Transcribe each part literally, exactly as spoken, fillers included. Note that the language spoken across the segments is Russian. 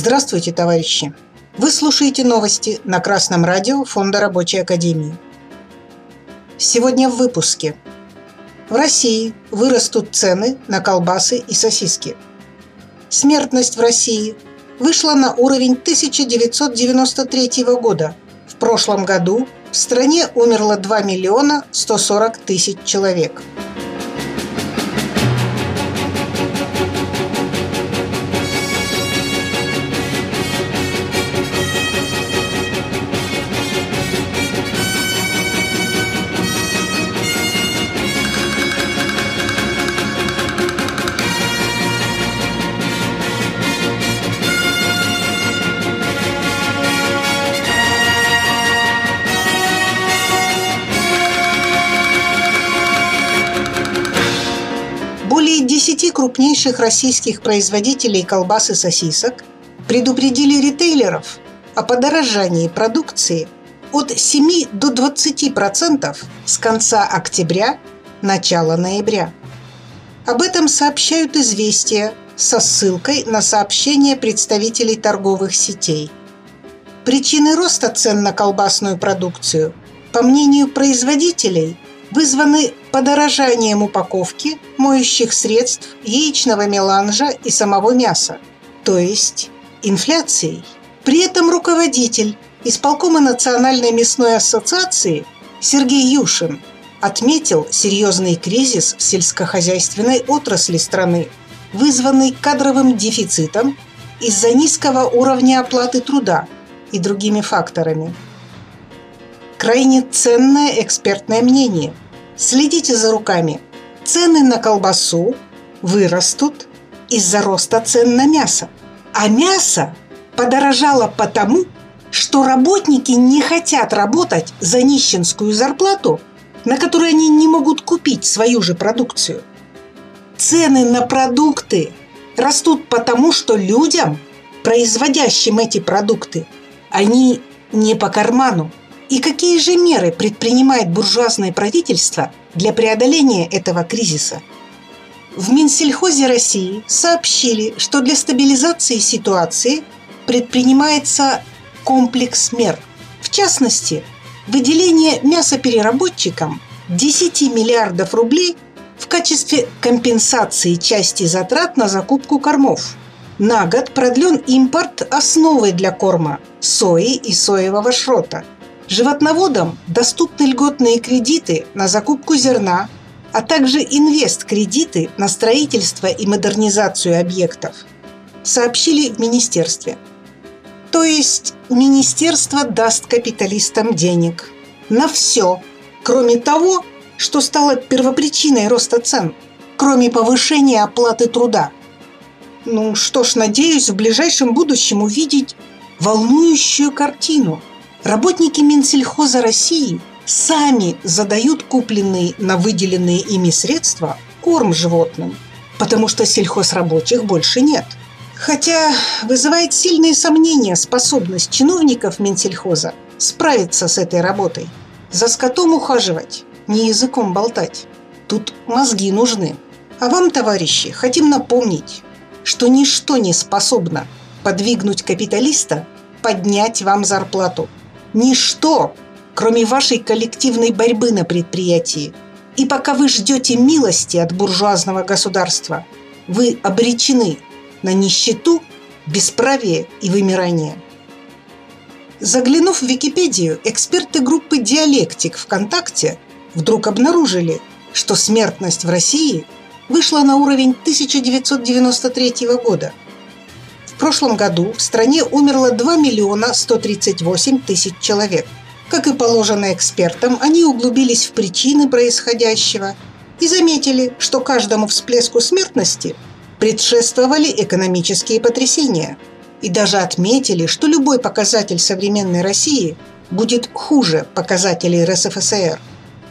Здравствуйте, товарищи! Вы слушаете новости на Красном радио Фонда Рабочей Академии. Сегодня в выпуске. В России вырастут цены на колбасы и сосиски. Смертность в России вышла на уровень тысяча девятьсот девяносто третьего года. В прошлом году в стране умерло два миллиона сто сорок тысяч человек. Более десяти крупнейших российских производителей колбас и сосисок предупредили ритейлеров о подорожании продукции от семи до двадцати процентов с конца октября – начала ноября. Об этом сообщают «Известия» со ссылкой на сообщения представителей торговых сетей. Причины роста цен на колбасную продукцию, по мнению производителей, вызваны подорожанием упаковки, моющих средств, яичного меланжа и самого мяса, то есть инфляцией. При этом руководитель исполкома Национальной мясной ассоциации Сергей Юшин отметил серьезный кризис в сельскохозяйственной отрасли страны, вызванный кадровым дефицитом из-за низкого уровня оплаты труда и другими факторами. Крайне ценное экспертное мнение. Следите за руками. Цены на колбасу вырастут из-за роста цен на мясо. А мясо подорожало потому, что работники не хотят работать за нищенскую зарплату, на которую они не могут купить свою же продукцию. Цены на продукты растут потому, что людям, производящим эти продукты, они не по карману. И какие же меры предпринимает буржуазное правительство для преодоления этого кризиса? В Минсельхозе России сообщили, что для стабилизации ситуации предпринимается комплекс мер. В частности, выделение мясопереработчикам десяти миллиардов рублей в качестве компенсации части затрат на закупку кормов. На год продлен импорт основы для корма – сои и соевого шрота. Животноводам доступны льготные кредиты на закупку зерна, а также инвест-кредиты на строительство и модернизацию объектов, сообщили в министерстве. То есть министерство даст капиталистам денег на все, кроме того, что стало первопричиной роста цен, кроме повышения оплаты труда. Ну что ж, надеюсь в ближайшем будущем увидеть волнующую картину. Работники Минсельхоза России сами задают купленный на выделенные ими средства корм животным, потому что сельхозрабочих больше нет. Хотя вызывает сильные сомнения способность чиновников Минсельхоза справиться с этой работой. За скотом ухаживать, не языком болтать. Тут мозги нужны. А вам, товарищи, хотим напомнить, что ничто не способно подвигнуть капиталиста поднять вам зарплату. Ничто, кроме вашей коллективной борьбы на предприятии. И пока вы ждете милости от буржуазного государства, вы обречены на нищету, бесправие и вымирание. Заглянув в Википедию, эксперты группы «Диалектик» ВКонтакте вдруг обнаружили, что смертность в России вышла на уровень тысяча девятьсот девяносто третьего года. В прошлом году в стране умерло два миллиона сто тридцать восемь тысяч человек. Как и положено экспертам, они углубились в причины происходящего и заметили, что каждому всплеску смертности предшествовали экономические потрясения. И даже отметили, что любой показатель современной России будет хуже показателей эр эс эф эс эр.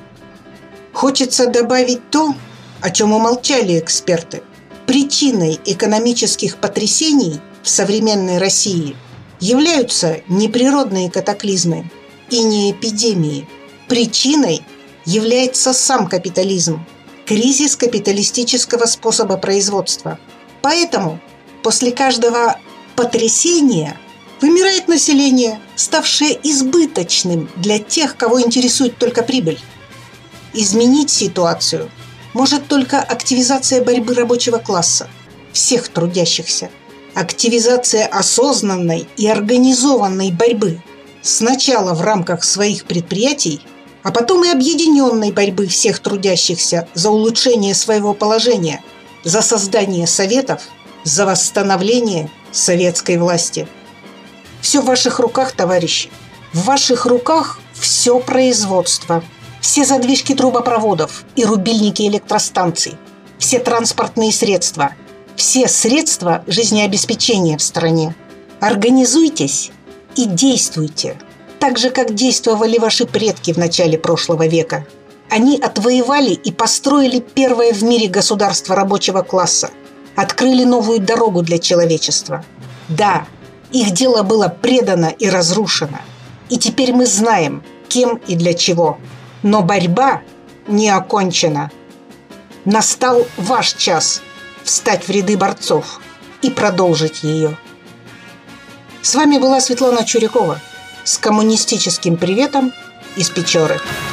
Хочется добавить то, о чем умолчали эксперты. Причиной экономических потрясений в современной России являются не природные катаклизмы и не эпидемии. Причиной является сам капитализм, кризис капиталистического способа производства. Поэтому после каждого потрясения вымирает население, ставшее избыточным для тех, кого интересует только прибыль. Изменить ситуацию может только активизация борьбы рабочего класса, всех трудящихся, активизация осознанной и организованной борьбы, сначала в рамках своих предприятий, а потом и объединенной борьбы всех трудящихся за улучшение своего положения, за создание советов, за восстановление советской власти. Все в ваших руках, товарищи. В ваших руках все производство, все задвижки трубопроводов и рубильники электростанций, все транспортные средства, все средства жизнеобеспечения в стране. Организуйтесь и действуйте, так же, как действовали ваши предки в начале прошлого века. Они отвоевали и построили первое в мире государство рабочего класса, открыли новую дорогу для человечества. Да, их дело было предано и разрушено. И теперь мы знаем, кем и для чего. Но борьба не окончена. Настал ваш час встать в ряды борцов и продолжить ее. С вами была Светлана Чурякова с коммунистическим приветом из Печоры.